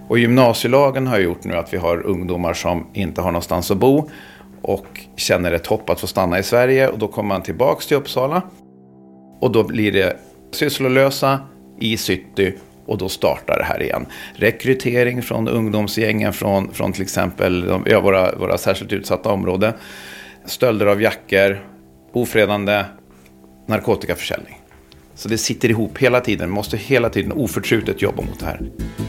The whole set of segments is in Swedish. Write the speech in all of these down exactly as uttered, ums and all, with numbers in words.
Och gymnasielagen har gjort nu att vi har ungdomar som inte har någonstans att bo och känner ett hopp att få stanna i Sverige, och då kommer man tillbaks till Uppsala och då blir det sysslolösa i city, och då startar det här igen. Rekrytering från ungdomsgängen från, från till exempel ja, våra, våra särskilt utsatta områden, stölder av jackor, ofredande, narkotikaförsäljning. Så det sitter ihop hela tiden, måste hela tiden oförtrutet jobba mot det här.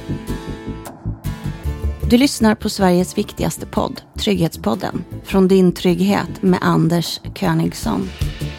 Du lyssnar på Sveriges viktigaste podd, Trygghetspodden, från din trygghet med Anders Königsson.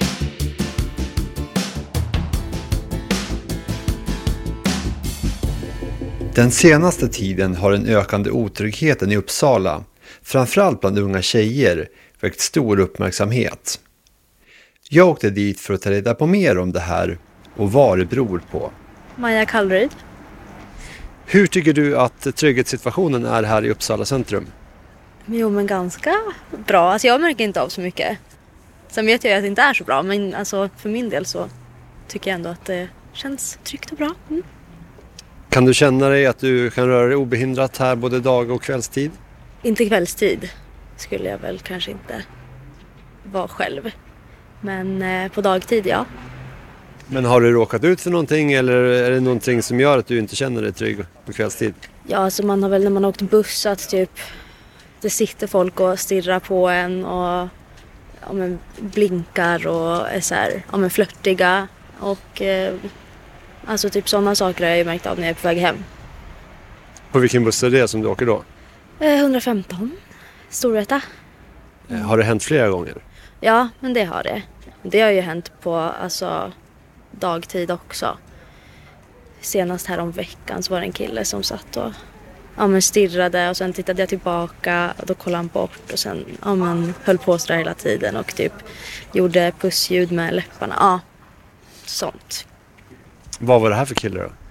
Den senaste tiden har den ökande otryggheten i Uppsala, framförallt bland unga tjejer, väckt stor uppmärksamhet. Jag åkte dit för att ta reda på mer om det här och vad det beror på. Maja Kallryd. Hur tycker du att trygghetssituationen är här i Uppsala centrum? Jo, men ganska bra. Alltså jag märker inte av så mycket. Sen vet jag att det inte är så bra, men alltså för min del så tycker jag ändå att det känns tryggt och bra. Mm. Kan du känna dig att du kan röra dig obehindrat här både dag- och kvällstid? Inte kvällstid skulle jag väl kanske inte vara själv. Men eh, på dagtid, ja. Men har du råkat ut för någonting, eller är det någonting som gör att du inte känner dig trygg på kvällstid? Ja, alltså man har väl när man har åkt buss att typ det sitter folk och stirrar på en och ja, men, blinkar och är så här, ja, men, flörtiga. Och eh, alltså typ sådana saker har jag ju märkt av när jag är på väg hem. På vilken buss är det som du åker då? Eh, hundrafemton, Storvreta. Mm. Har det hänt flera gånger? Ja, men det har det. Det har ju hänt på alltså, dagtid också. Senast här om veckan så var det en kille som satt och ja, men stirrade, och sen tittade jag tillbaka och då kollade han bort och sen ja, men, höll på så där hela tiden och typ gjorde pussljud med läpparna. Ja, sånt. Vad var det här för kille då?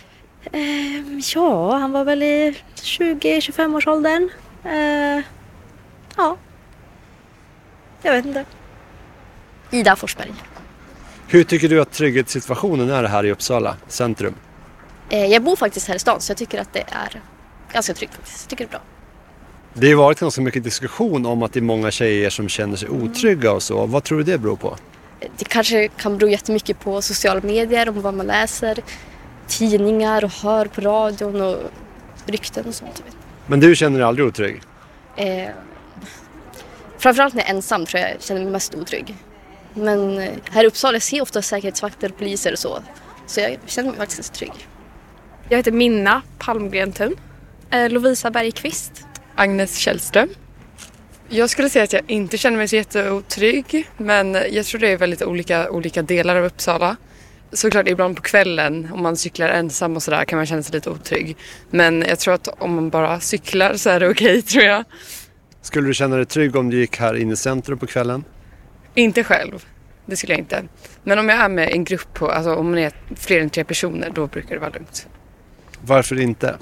Eh, ja, han var väl i tjugo till tjugofem års åldern. Eh, ja. Jag vet inte. Ida Forsberg. Hur tycker du att trygghetssituationen är här i Uppsala centrum? Eh, jag bor faktiskt här i stan, så jag tycker att det är ganska tryggt faktiskt. Jag tycker det är bra. Det har varit ganska mycket diskussion om att det är många tjejer som känner sig otrygga och så. Vad tror du det beror på? Det kanske kan bero jättemycket på sociala medier, om vad man läser, tidningar och hör på radion och rykten och sånt. Men du känner dig aldrig otrygg? Eh, framförallt när jag är ensam tror jag jag känner mig mest otrygg. Men här i Uppsala ser jag ofta säkerhetsvakter, poliser och så. Så jag känner mig faktiskt trygg. Jag heter Minna Palmgren-Thun. Eh, Lovisa Bergqvist. Agnes Källström. Jag skulle säga att jag inte känner mig så jätteotrygg, men jag tror det är väldigt olika, olika delar av Uppsala. Såklart ibland på kvällen, om man cyklar ensam och sådär, kan man känna sig lite otrygg. Men jag tror att om man bara cyklar så är det okej, tror jag. Skulle du känna dig trygg om du gick här inne i centrum på kvällen? Inte själv, det skulle jag inte. Men om jag är med en grupp, på, alltså om man är fler än tre personer, då brukar det vara lugnt. Varför inte?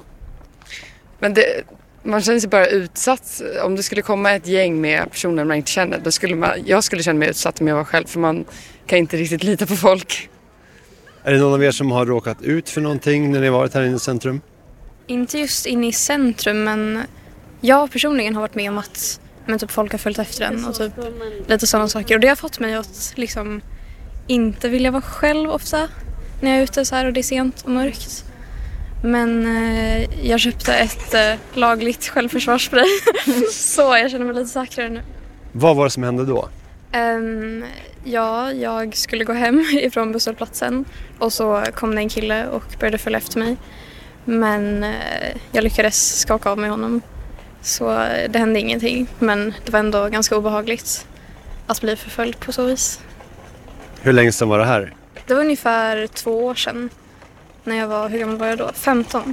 Men det, man känner sig bara utsatt. Om det skulle komma ett gäng med personer man inte känner, då skulle man, jag skulle känna mig utsatt om jag var själv, för man kan inte riktigt lita på folk. Är det någon av er som har råkat ut för någonting när ni varit här inne i centrum? Inte just inne i centrum, men jag personligen har varit med om att men typ folk har följt efter den och typ lite sådana saker. Och det har fått mig att liksom inte vilja vara själv ofta när jag är ute så här och det är sent och mörkt. Men eh, jag köpte ett eh, lagligt självförsvarsspray så jag känner mig lite säkrare nu. Vad var det som hände då? Um, ja, jag skulle gå hem ifrån busshållplatsen och så kom det en kille och började följa efter mig. Men eh, jag lyckades skaka av med honom. Så det hände ingenting, men det var ändå ganska obehagligt att bli förföljd på så vis. Hur länge sedan var det här? Det var ungefär två år sedan. När jag var, hur gammal var jag då? femton.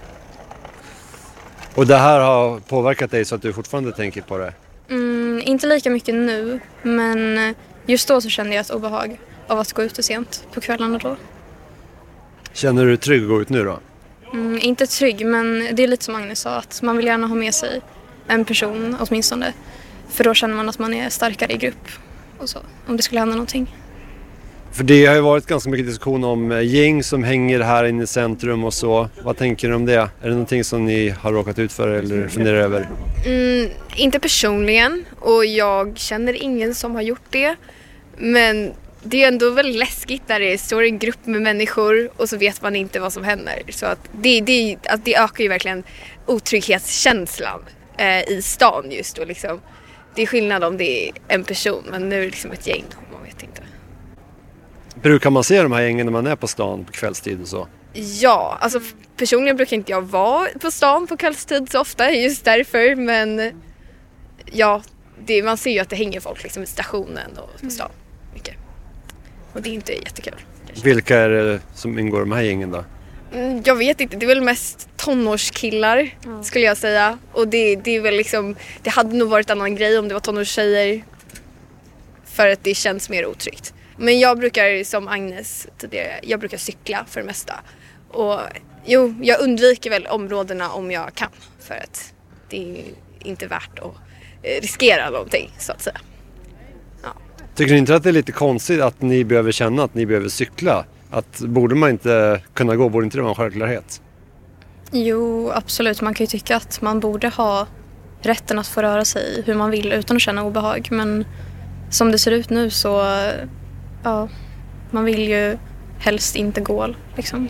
Och det här har påverkat dig så att du fortfarande tänker på det? Mm, inte lika mycket nu, men just då så kände jag ett obehag av att gå ute sent på kvällarna då. Känner du dig trygg att gå ut nu då? Mm, inte trygg, men det är lite som Agnes sa, att man vill gärna ha med sig en person åtminstone. För då känner man att man är starkare i grupp och så, om det skulle hända någonting. För det har ju varit ganska mycket diskussion om gäng som hänger här inne i centrum och så. Vad tänker du om det? Är det någonting som ni har råkat ut för eller funderar över? Mm, inte personligen, och jag känner ingen som har gjort det. Men det är ändå väldigt läskigt när det står en grupp med människor och så vet man inte vad som händer. Så att det, det, att det ökar ju verkligen otrygghetskänslan eh, i stan just då liksom. Det är skillnad om det är en person, men nu är det liksom ett gäng, man vet inte. Brukar man se de här gängen när man är på stan på kvällstid och så? Ja, alltså personligen brukar inte jag vara på stan på kvällstid så ofta, just därför. Men ja, det, man ser ju att det hänger folk liksom i stationen och på stan. Mycket. Och det är inte jättekul. Kanske. Vilka är det som ingår i de här gängen då? Mm, jag vet inte, det är väl mest tonårskillar mm. skulle jag säga. Och det, det är väl liksom, det hade nog varit en annan grej om det var tonårstjejer. För att det känns mer otryggt. Men jag brukar, som Agnes tidigare, jag brukar cykla för det mesta. Och jo, jag undviker väl områdena om jag kan. För att det är inte värt att riskera någonting, så att säga. Ja. Tycker ni inte att det är lite konstigt att ni behöver känna att ni behöver cykla? Att borde man inte kunna gå, borde inte det vara en självklarhet? Jo, absolut. Man kan ju tycka att man borde ha rätten att få röra sig hur man vill utan att känna obehag. Men som det ser ut nu så, ja, man vill ju helst inte gå liksom.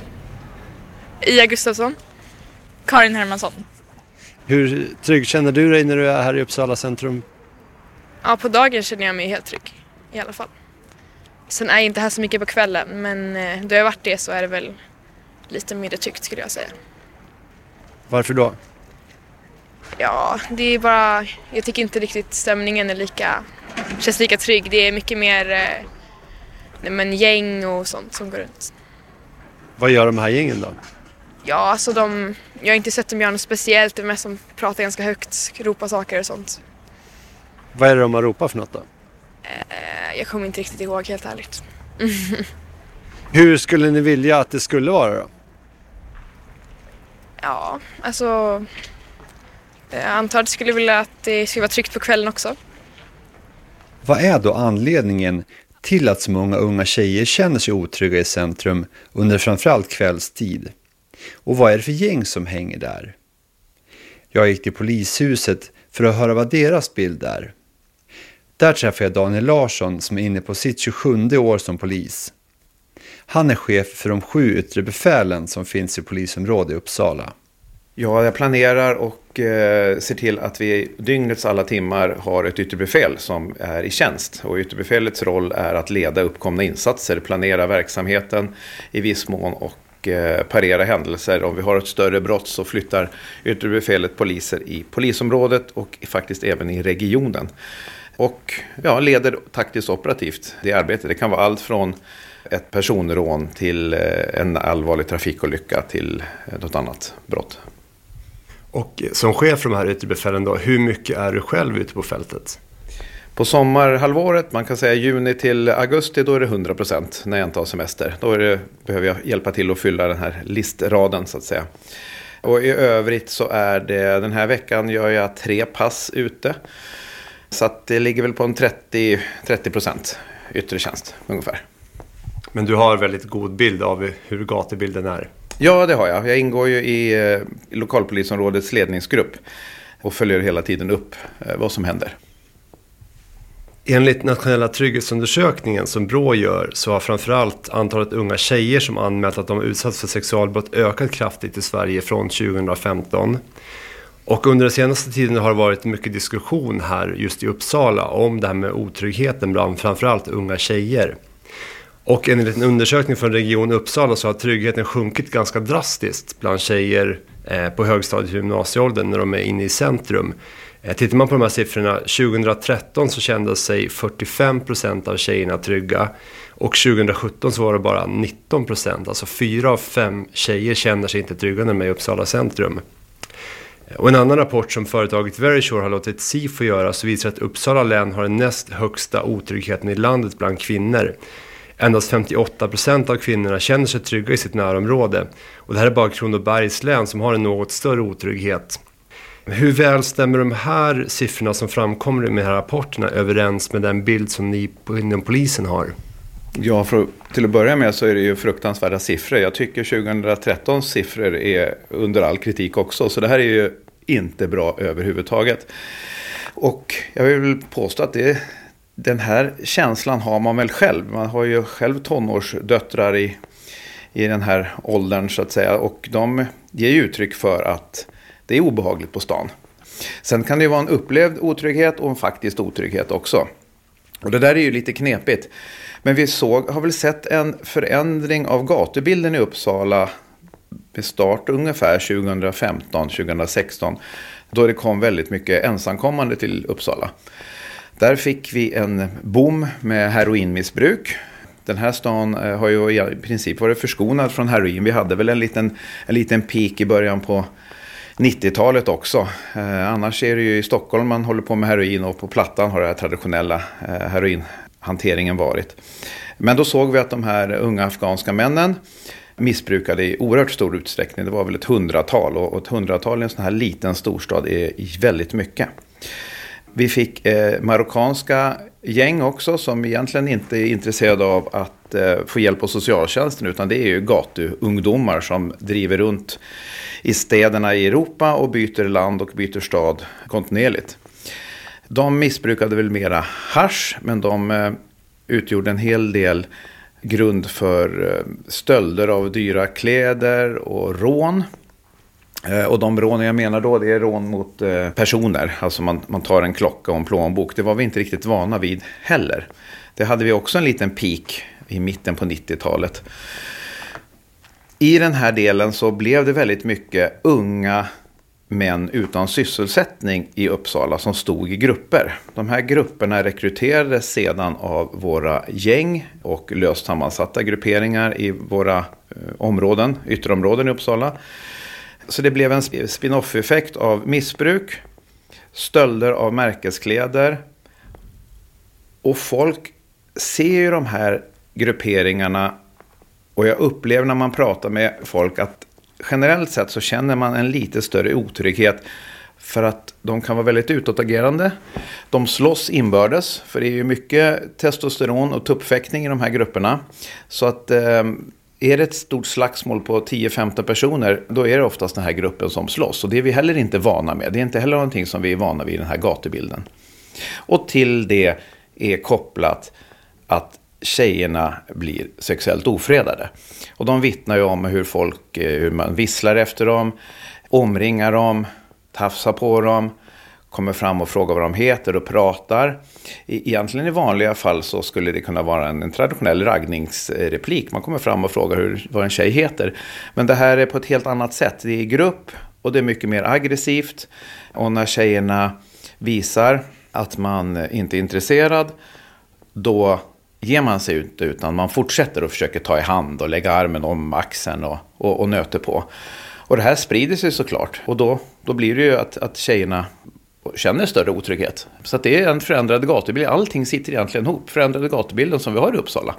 Ia Gustafsson. Karin Hermansson. Hur trygg känner du dig när du är här i Uppsala centrum? Ja, på dagen känner jag mig helt trygg i alla fall. Sen är jag inte här så mycket på kvällen, men då jag varit det så är det väl lite mer tryggt skulle jag säga. Varför då? Ja, det är bara, jag tycker inte riktigt stämningen är lika, känns lika trygg. Det är mycket mer eh, men gäng och sånt som går runt. Vad gör de här gängen då? Ja, alltså de, jag har inte sett dem göra något speciellt. Det är mest som pratar ganska högt, ropar saker och sånt. Vad är det de har ropat för något då? Eh, jag kommer inte riktigt ihåg, helt ärligt. Hur skulle ni vilja att det skulle vara då? Ja, alltså jag antar att jag skulle vilja att det skulle vara tryggt på kvällen också. Vad är då anledningen till att så många unga tjejer känner sig otrygga i centrum under framförallt kvällstid? Och vad är det för gäng som hänger där? Jag gick till polishuset för att höra vad deras bild är. Där träffade jag Daniel Larsson som är inne på sitt tjugosjunde år som polis. Han är chef för de sju yttre befälen som finns i polisområdet i Uppsala. Ja, jag planerar och eh, ser till att vi dygnets alla timmar har ett ytterbefäl som är i tjänst. Och ytterbefälets roll är att leda uppkomna insatser, planera verksamheten i viss mån och eh, parera händelser. Om vi har ett större brott så flyttar ytterbefälet poliser i polisområdet och faktiskt även i regionen. Och ja, leder taktiskt operativt det arbetet. Det kan vara allt från ett personrån till en allvarlig trafikolycka till något annat brott. Och som chef för de här ytterbefälen då, hur mycket är du själv ute på fältet? På sommarhalvåret, man kan säga juni till augusti, då är det hundra procent när jag inte har semester. Då är det, behöver jag hjälpa till att fylla den här listraden så att säga. Och i övrigt så är det, den här veckan gör jag tre pass ute. Så att det ligger väl på en trettio procent yttre tjänst ungefär. Men du har väldigt god bild av hur gatubilden är? Ja, det har jag. Jag ingår ju i eh, lokalpolisområdets ledningsgrupp och följer hela tiden upp eh, vad som händer. Enligt nationella trygghetsundersökningen som Brå gör så har framförallt antalet unga tjejer som anmält att de utsatts för sexualbrott ökat kraftigt i Sverige från tjugohundrafemton. Och under den senaste tiden har det varit mycket diskussion här just i Uppsala om det här med otryggheten bland framförallt unga tjejer. Och enligt en undersökning från Region Uppsala så har tryggheten sjunkit ganska drastiskt bland tjejer eh, på högstadiet och gymnasieåldern när de är inne i centrum. Eh, tittar man på de här siffrorna, tjugohundratretton så kände sig fyrtiofem procent av tjejerna trygga och tjugohundrasjutton så var det bara nitton procent. Alltså fyra av fem tjejer känner sig inte trygga när de är i Uppsala centrum. Och en annan rapport som företaget Verisure har låtit Sifo göra så visar att Uppsala län har den näst högsta otryggheten i landet bland kvinnor. Endast femtioåtta procent av kvinnorna känner sig trygga i sitt närområde. Och det här är bara Kronobergs län som har en något större otrygghet. Hur väl stämmer de här siffrorna som framkommer med de här rapporterna överens med den bild som ni inom polisen har? Ja, för, till att börja med så är det ju fruktansvärda siffror. Jag tycker tjugohundratretton siffror är under all kritik också. Så det här är ju inte bra överhuvudtaget. Och jag vill påstå att det, den här känslan har man väl själv. Man har ju själv tonårsdöttrar i, i den här åldern så att säga. Och de ger uttryck för att det är obehagligt på stan. Sen kan det ju vara en upplevd otrygghet och en faktisk otrygghet också. Och det där är ju lite knepigt. Men vi såg, har väl sett en förändring av gatubilden i Uppsala med start ungefär tjugohundrafemton tjugohundrasexton. Då det kom väldigt mycket ensamkommande till Uppsala. Där fick vi en boom med heroinmissbruk. Den här stan har ju i princip varit förskonad från heroin. Vi hade väl en liten, en liten peak i början på nittiotalet också. Eh, annars är det ju i Stockholm man håller på med heroin och på Plattan har det här traditionella eh, heroinhanteringen varit. Men då såg vi att de här unga afghanska männen missbrukade i oerhört stor utsträckning. Det var väl ett hundratal och ett hundratal i en sån här liten storstad är väldigt mycket. Vi fick eh, marockanska gäng också som egentligen inte är intresserade av att eh, få hjälp av socialtjänsten utan det är ju gatuungdomar som driver runt i städerna i Europa och byter land och byter stad kontinuerligt. De missbrukade väl mera hasch men de eh, utgjorde en hel del grund för eh, stölder av dyra kläder och rån. Eh, och de rån jag menar då det är rån mot eh, personer. Alltså man, man tar en klocka och en plånbok. Det var vi inte riktigt vana vid heller. Det hade vi också en liten peak i mitten på nittiotalet. I den här delen så blev det väldigt mycket unga män utan sysselsättning i Uppsala som stod i grupper. De här grupperna rekryterades sedan av våra gäng och löst sammansatta grupperingar i våra eh, områden, ytterområden i Uppsala. Så det blev en spin-off-effekt av missbruk, stölder av märkeskläder och folk ser ju de här grupperingarna och jag upplever när man pratar med folk att generellt sett så känner man en lite större otrygghet för att de kan vara väldigt utåtagerande. De slåss inbördes för det är ju mycket testosteron och tuppfäktning i de här grupperna. Så att eh, är det ett stort slagsmål på tio femton personer då är det oftast den här gruppen som slåss. Och det är vi heller inte vana med. Det är inte heller någonting som vi är vana vid i den här gatubilden. Och till det är kopplat att tjejerna blir sexuellt ofredade. Och de vittnar ju om hur folk, hur man visslar efter dem, omringar dem, tafsar på dem, kommer fram och frågar vad de heter och pratar. Egentligen i vanliga fall så skulle det kunna vara en, en traditionell raggningsreplik. Man kommer fram och frågar hur, vad en tjej heter. Men det här är på ett helt annat sätt. Det är i grupp och det är mycket mer aggressivt. Och när tjejerna visar att man inte är intresserad, då ger man sig inte utan man fortsätter och försöker ta i hand och lägga armen om axeln och, och, och nöter på. Och det här sprider sig såklart. Och då, då blir det ju att, att tjejerna känner större otrygghet. Så att det är en förändrad gatubild. Allting sitter egentligen ihop. Förändrade gatubilden som vi har i Uppsala.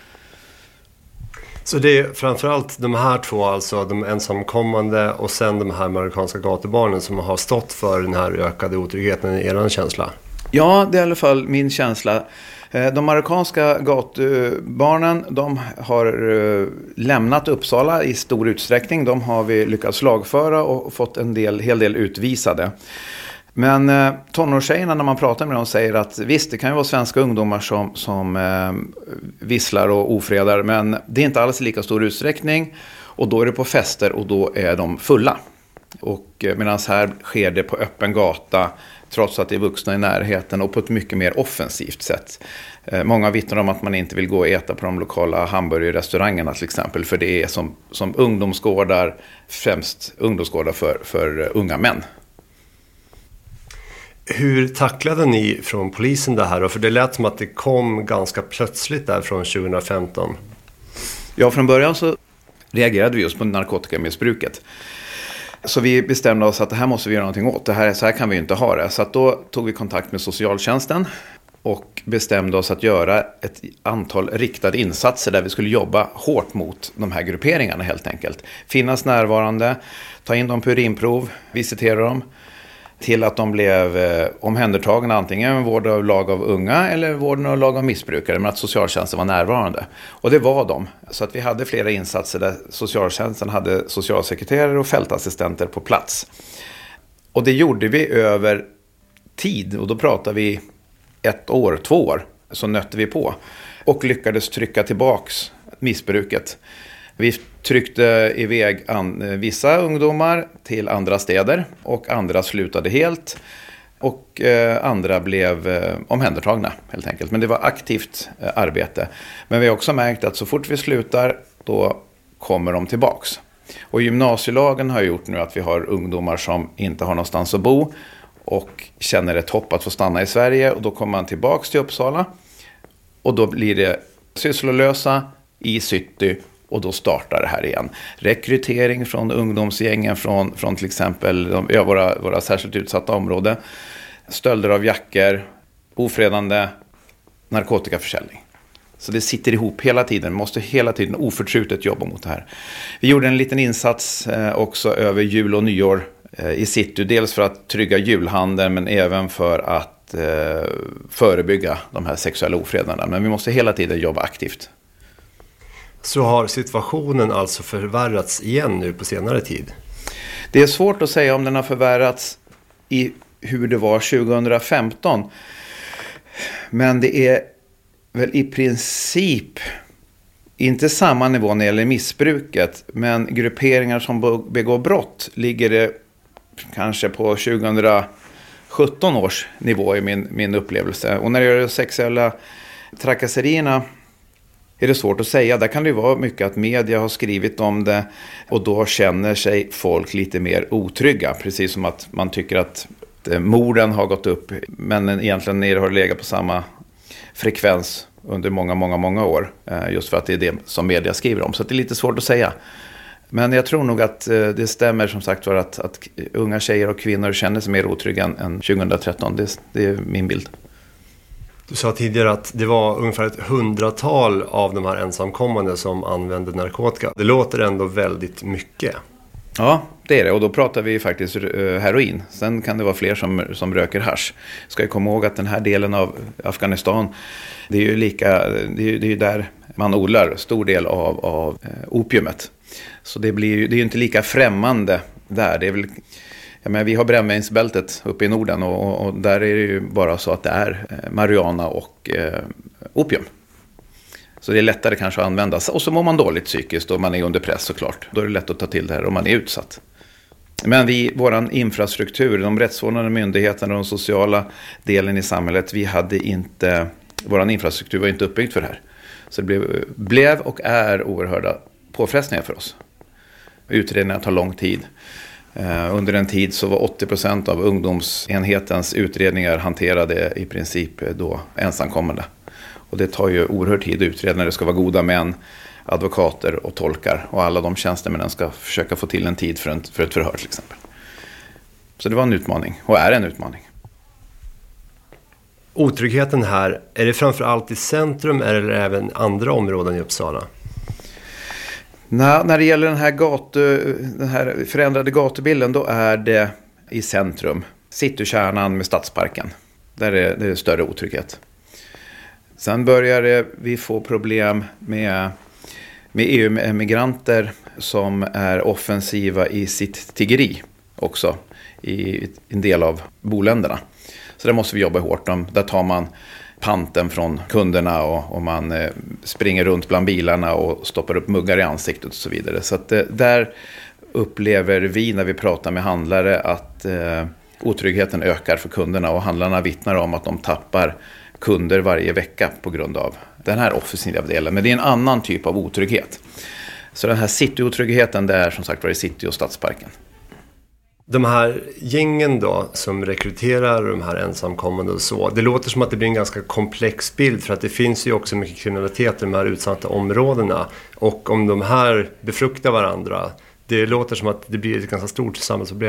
Så det är framförallt de här två, alltså de ensamkommande och sen de här marockanska gatubarnen som har stått för den här ökade otryggheten i er känsla? Ja, det är i alla fall min känsla. De marockanska gatubarnen, de har lämnat Uppsala i stor utsträckning. De har vi lyckats lagföra och fått en del, hel del utvisade. Men eh, tonårstjejerna när man pratar med dem säger att visst, det kan ju vara svenska ungdomar som, som eh, visslar och ofredar, men det är inte alls i lika stor utsträckning och då är det på fester och då är de fulla. Och eh, medan här sker det på öppen gata trots att det är vuxna i närheten och på ett mycket mer offensivt sätt. Eh, många vittnar om att man inte vill gå och äta på de lokala hamburgerrestaurangerna till exempel, för det är som, som ungdomsgårdar, främst ungdomsgårdar för, för unga män. Hur tacklade ni från polisen det här? För det lät som att det kom ganska plötsligt där från tjugohundrafemton. Ja, från början så reagerade vi just på narkotikamissbruket. Så vi bestämde oss att det här måste vi göra någonting åt. Det här, så här kan vi inte ha det. Så att då tog vi kontakt med socialtjänsten och bestämde oss att göra ett antal riktade insatser där vi skulle jobba hårt mot de här grupperingarna helt enkelt. Finnas närvarande, ta in dem på urinprov, visitera dem. till att de blev eh, omhändertagna antingen vård av lag av unga eller vård av lag av missbrukare, men att socialtjänsten var närvarande. Och det var de. Så att vi hade flera insatser där socialtjänsten hade socialsekreterare och fältassistenter på plats. Och det gjorde vi över tid, och då pratar vi ett år, två år, så nötte vi på. Och lyckades trycka tillbaks missbruket. Vi tryckte iväg an, vissa ungdomar till andra städer och andra slutade helt och eh, andra blev eh, omhändertagna helt enkelt. Men det var aktivt eh, arbete. Men vi har också märkt att så fort vi slutar då kommer de tillbaks. Och gymnasielagen har gjort nu att vi har ungdomar som inte har någonstans att bo och känner ett hopp att få stanna i Sverige, och då kommer man tillbaks till Uppsala och då blir det sysslolösa i city. Och då startar det här igen. Rekrytering från ungdomsgängen från, från till exempel de, ja, våra, våra särskilt utsatta områden. Stölder av jackor, ofredande, narkotikaförsäljning. Så det sitter ihop hela tiden. Man måste hela tiden oförtrutet jobba mot det här. Vi gjorde en liten insats eh, också över jul och nyår eh, i city. Dels för att trygga julhandeln men även för att eh, förebygga de här sexuella ofredarna. Men vi måste hela tiden jobba aktivt. Så har situationen alltså förvärrats igen nu på senare tid? Det är svårt att säga om den har förvärrats i hur det var tjugohundrafemton. Men det är väl i princip inte samma nivå när det gäller missbruket. Men grupperingar som begår brott ligger det kanske på tjugohundrasjutton års nivå i min, min upplevelse. Och när det gäller sexuella trakasserierna är det svårt att säga. Där kan det ju vara mycket att media har skrivit om det och då känner sig folk lite mer otrygga. Precis som att man tycker att morden har gått upp men egentligen ner har legat på samma frekvens under många, många, många år. Just för att det är det som media skriver om. Så det är lite svårt att säga. Men jag tror nog att det stämmer som sagt var att, att unga tjejer och kvinnor känner sig mer otrygga än tjugohundratretton. Det, det är min bild. Du sa tidigare att det var ungefär ett hundratal av de här ensamkommande som använde narkotika. Det låter ändå väldigt mycket. Ja, det är det. Och då pratar vi faktiskt heroin. Sen kan det vara fler som, som röker hasch. Ska jag komma ihåg att den här delen av Afghanistan, det är ju lika, det är ju, det är ju där man odlar stor del av, av opiumet. Så det blir ju, det är ju inte lika främmande där. Det är väl... Ja, men vi har brännvinsbältet uppe i Norden och, och där är det ju bara så att det är marijuana och eh, opium. Så det är lättare kanske att använda. Och så mår man dåligt psykiskt och man är under press såklart. Då är det lätt att ta till det här om man är utsatt. Men vi, våran infrastruktur, de rättsvårdande myndigheterna och den sociala delen i samhället, vi hade inte, våran infrastruktur var inte uppbyggd för det här. Så det blev, blev och är oerhörda påfrestningar för oss. Utredningar tar lång tid. Under en tid så var åttio procent av ungdomsenhetens utredningar hanterade i princip då ensamkommande. Och det tar ju oerhört tid att utreda när det ska vara goda män, advokater och tolkar. Och alla de tjänstemännen ska försöka få till en tid för, en, för ett förhör till exempel. Så det var en utmaning och är en utmaning. Otryggheten här, är det framförallt i centrum eller även andra områden i Uppsala? När, när det gäller den här, gatu, den här förändrade gatubilden, då är det i centrum. Citykärnan med Stadsparken. Där är det är större otrygghet. Sen börjar det, vi få problem med, med E U-migranter som är offensiva i sitt tiggeri också. I en del av boländerna. Så där måste vi jobba hårt om. Där tar man panten från kunderna och, och man eh, springer runt bland bilarna och stoppar upp muggar i ansiktet och så vidare. Så att, eh, där upplever vi när vi pratar med handlare att eh, otryggheten ökar för kunderna och handlarna vittnar om att de tappar kunder varje vecka på grund av den här offensiva delen. Men det är en annan typ av otrygghet. Så den här city-otryggheten, det är som sagt var i city och Stadsparken. De här gängen då som rekryterar de här ensamkommande och så, det låter som att det blir en ganska komplex bild för att det finns ju också mycket kriminalitet i de här utsatta områdena och om de här befruktar varandra, det låter som att det blir ett ganska stort samhällsproblem.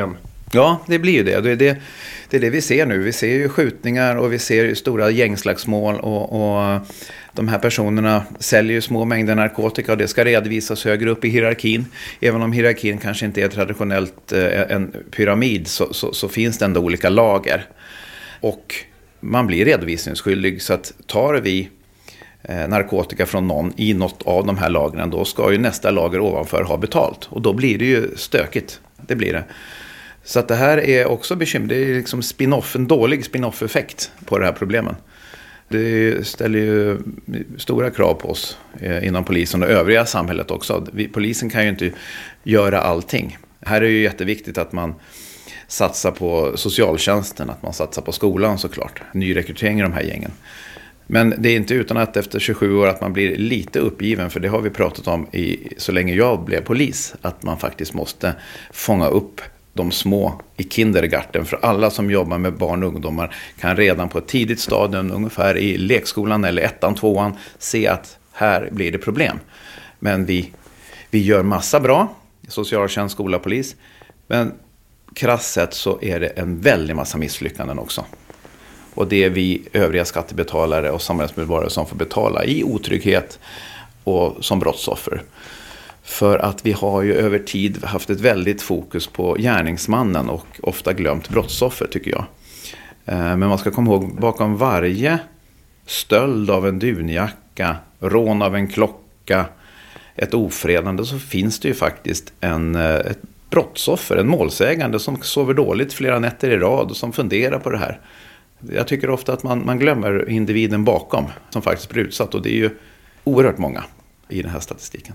Ja, det blir ju det. Det är det, det är det vi ser nu. Vi ser ju skjutningar och vi ser ju stora gängslagsmål och, och de här personerna säljer ju små mängder narkotika och det ska redovisas högre upp i hierarkin. Även om hierarkin kanske inte är traditionellt en pyramid så, så, så finns det ändå olika lager. Och man blir redovisningsskyldig, så att tar vi narkotika från någon i något av de här lagren, då ska ju nästa lager ovanför ha betalt. Och då blir det ju stökigt. Det blir det. Så att det här är också bekymmer. Det är liksom spin-off, en dålig spin-off-effekt på det här problemen. Det ställer ju stora krav på oss inom polisen och övriga samhället också. Vi, polisen kan ju inte göra allting. Här är det ju jätteviktigt att man satsar på socialtjänsten, att man satsar på skolan såklart. Nyrekrytering i de här gängen. Men det är inte utan att efter tjugosju år att man blir lite uppgiven, för det har vi pratat om i, så länge jag blev polis, att man faktiskt måste fånga upp de små i kindergarten. För alla som jobbar med barn och ungdomar kan redan på ett tidigt stadium, ungefär i lekskolan eller ettan, tvåan, se att här blir det problem. Men vi, vi gör massa bra, socialtjänst, skola, polis. Men krasst sett så är det en väldig massa misslyckanden också. Och det är vi övriga skattebetalare och samhällsmedborgare som får betala i otrygghet och som brottsoffer. För att vi har ju över tid haft ett väldigt fokus på gärningsmannen och ofta glömt brottsoffer, tycker jag. Men man ska komma ihåg, bakom varje stöld av en dunjacka, rån av en klocka, ett ofredande, så finns det ju faktiskt en, ett brottsoffer, en målsägande som sover dåligt flera nätter i rad och som funderar på det här. Jag tycker ofta att man, man glömmer individen bakom som faktiskt blir utsatt, och det är ju oerhört många i den här statistiken.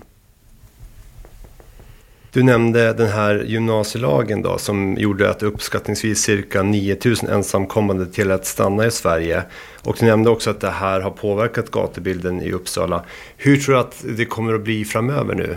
Du nämnde den här gymnasielagen då, som gjorde att uppskattningsvis cirka nio tusen ensamkommande till att stanna i Sverige. Och du nämnde också att det här har påverkat gatubilden i Uppsala. Hur tror du att det kommer att bli framöver nu?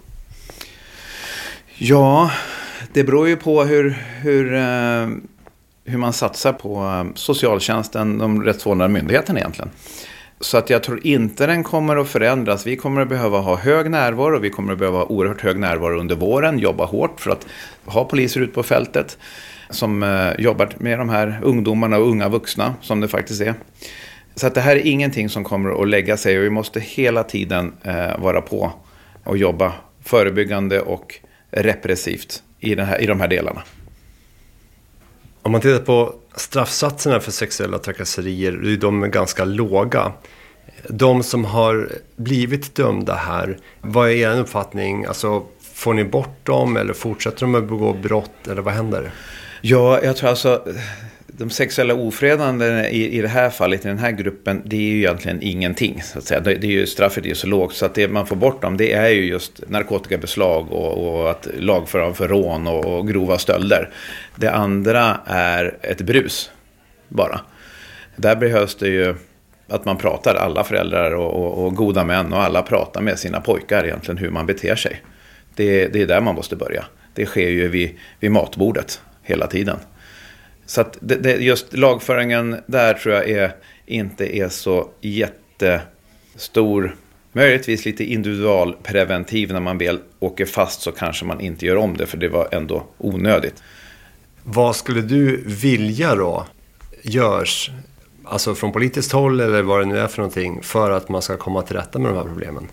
Ja, det beror ju på hur, hur, hur man satsar på socialtjänsten, de rättsvårdande myndigheterna egentligen. Så att jag tror inte den kommer att förändras. Vi kommer att behöva ha hög närvaro. Vi kommer att behöva ha oerhört hög närvaro under våren. Jobba hårt för att ha poliser ut på fältet som eh, jobbar med de här ungdomarna och unga vuxna som det faktiskt är. Så att det här är ingenting som kommer att lägga sig. Och vi måste hela tiden eh, vara på och jobba förebyggande och repressivt i, den här, i de här delarna. Om man tittar på straffsatserna för sexuella trakasserier, de är ganska låga. De som har blivit dömda här, vad är er uppfattning? Alltså, får ni bort dem eller fortsätter de att begå brott eller vad händer? Ja, jag tror alltså de sexuella ofredande i, i det här fallet, i den här gruppen, det är ju egentligen ingenting. Så att säga. Det, det är ju, straffet är ju så lågt så att det man får bort dem, det är ju just narkotikabeslag och, och att lagföra dem för rån och, och grova stölder. Det andra är ett brus bara. Där behövs det ju att man pratar, alla föräldrar och, och, och goda män och alla pratar med sina pojkar egentligen hur man beter sig. Det, det är där man måste börja. Det sker ju vid, vid matbordet hela tiden. Så att det, det, just lagföringen där tror jag är, inte är så jättestor. Möjligtvis lite individualpreventiv. När man väl åker fast så kanske man inte gör om det, för det var ändå onödigt. Vad skulle du vilja då görs, alltså från politiskt håll eller vad det nu är för någonting, för att man ska komma till rätta med de här problemen?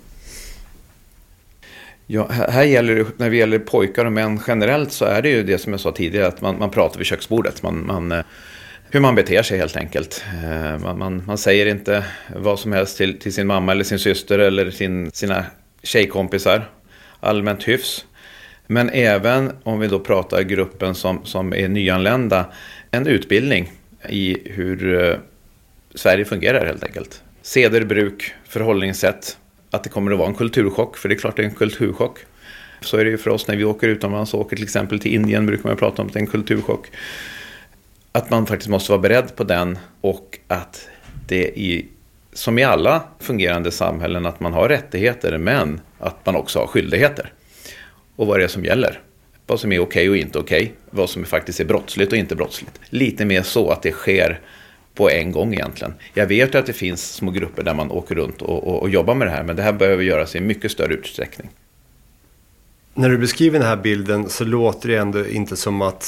Ja, här gäller det, när det gäller pojkar och män generellt, så är det ju det som jag sa tidigare, att man, man pratar vid köksbordet. Man, man, hur man beter sig helt enkelt. Man, man, man säger inte vad som helst till, till sin mamma eller sin syster eller sin, sina tjejkompisar. Allmänt hyfs. Men även om vi då pratar gruppen som, som är nyanlända, en utbildning i hur eh, Sverige fungerar helt enkelt. Seder, bruk, förhållningssätt. Att det kommer att vara en kulturchock, för det är klart det är en kulturchock. Så är det ju för oss när vi åker utomlands, åker till exempel till Indien, brukar man prata om att det är en kulturchock. Att man faktiskt måste vara beredd på den, och att det i, som i alla fungerande samhällen, att man har rättigheter men att man också har skyldigheter. Och vad det är som gäller. Vad som är okej och inte okej. Vad som faktiskt är brottsligt och inte brottsligt. Lite mer så att det sker på en gång egentligen. Jag vet att det finns små grupper där man åker runt och, och, och jobbar med det här. Men det här behöver göras i mycket större utsträckning. När du beskriver den här bilden så låter det ändå inte som att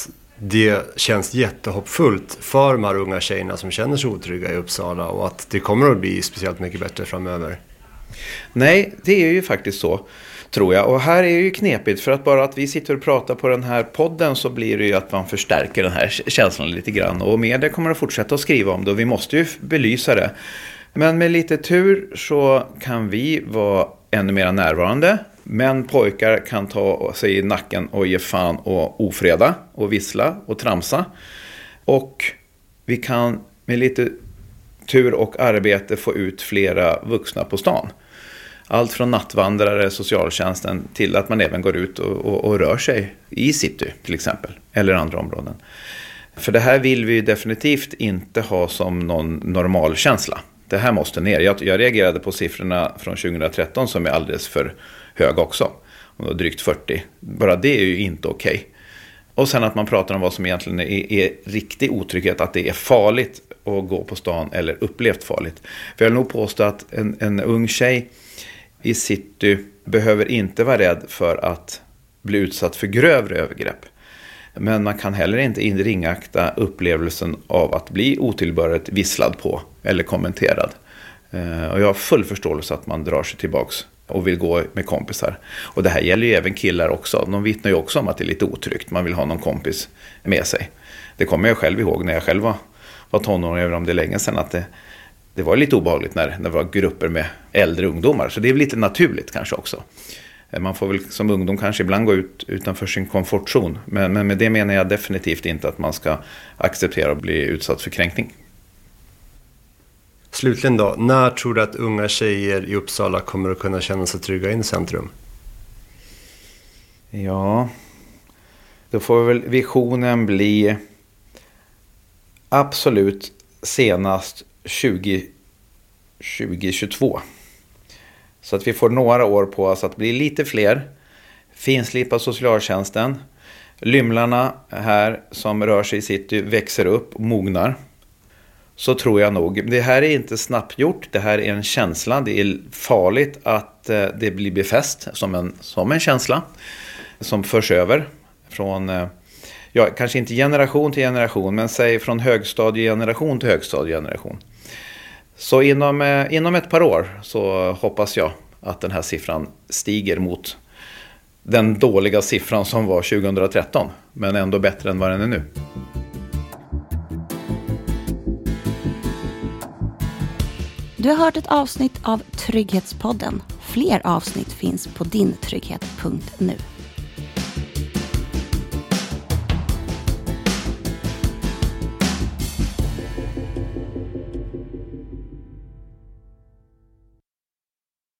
det känns jättehoppfullt för de här unga tjejerna som känner sig otrygga i Uppsala och att det kommer att bli speciellt mycket bättre framöver? Nej, det är ju faktiskt så, tror jag. Och här är ju knepigt, för att bara att vi sitter och pratar på den här podden så blir det ju att man förstärker den här känslan lite grann. Och media kommer att fortsätta att skriva om det och vi måste ju belysa det. Men med lite tur så kan vi vara ännu mer närvarande. Men pojkar kan ta sig i nacken och ge fan och ofreda och vissla och tramsa. Och vi kan med lite tur och arbete få ut flera vuxna på stan. Allt från nattvandrare, socialtjänsten till att man även går ut och, och, och rör sig i city till exempel. Eller andra områden. För det här vill vi definitivt inte ha som någon normal känsla. Det här måste ner. Jag, jag reagerade på siffrorna från tjugohundratretton som är alldeles för höga också. Och drygt fyrtio. Bara det är ju inte okej. Okay. Och sen att man pratar om vad som egentligen är, är riktig otrygghet. Att det är farligt att gå på stan eller upplevt farligt. För jag vill nog påstå att en, en ung tjej i city behöver inte vara rädd för att bli utsatt för grövre övergrepp. Men man kan heller inte inringakta upplevelsen av att bli otillbörligt visslad på eller kommenterad. Och jag har full förståelse att man drar sig tillbaks och vill gå med kompisar. Och det här gäller ju även killar också. De vittnar ju också om att det är lite otryggt. Man vill ha någon kompis med sig. Det kommer jag själv ihåg när jag själv var, var tonåring, även om det är länge sedan, att det, det var lite obehagligt när, när det var grupper med äldre ungdomar. Så det är lite naturligt kanske också. Man får väl som ungdom kanske ibland gå ut utanför sin komfortzon. Men, men med det menar jag definitivt inte att man ska acceptera att bli utsatt för kränkning. Slutligen då, när tror du att unga tjejer i Uppsala kommer att kunna känna sig trygga in i centrum? Ja, då får väl visionen bli absolut senast tjugo tjugotvå. Så att vi får några år på oss att bli lite fler. Finslipa socialtjänsten. Lymlarna här som rör sig i city växer upp och mognar. Så tror jag nog. Det här är inte snabbt gjort. Det här är en känsla. Det är farligt att det blir befäst som en, som en känsla. Som förs över från, ja, kanske inte generation till generation, men säg från högstadiegeneration till högstadiegeneration. Så inom, eh, inom ett par år så hoppas jag att den här siffran stiger mot den dåliga siffran som var tjugohundratretton. Men ändå bättre än vad den är nu. Du har hört ett avsnitt av Trygghetspodden. Fler avsnitt finns på din trygghet punkt nu.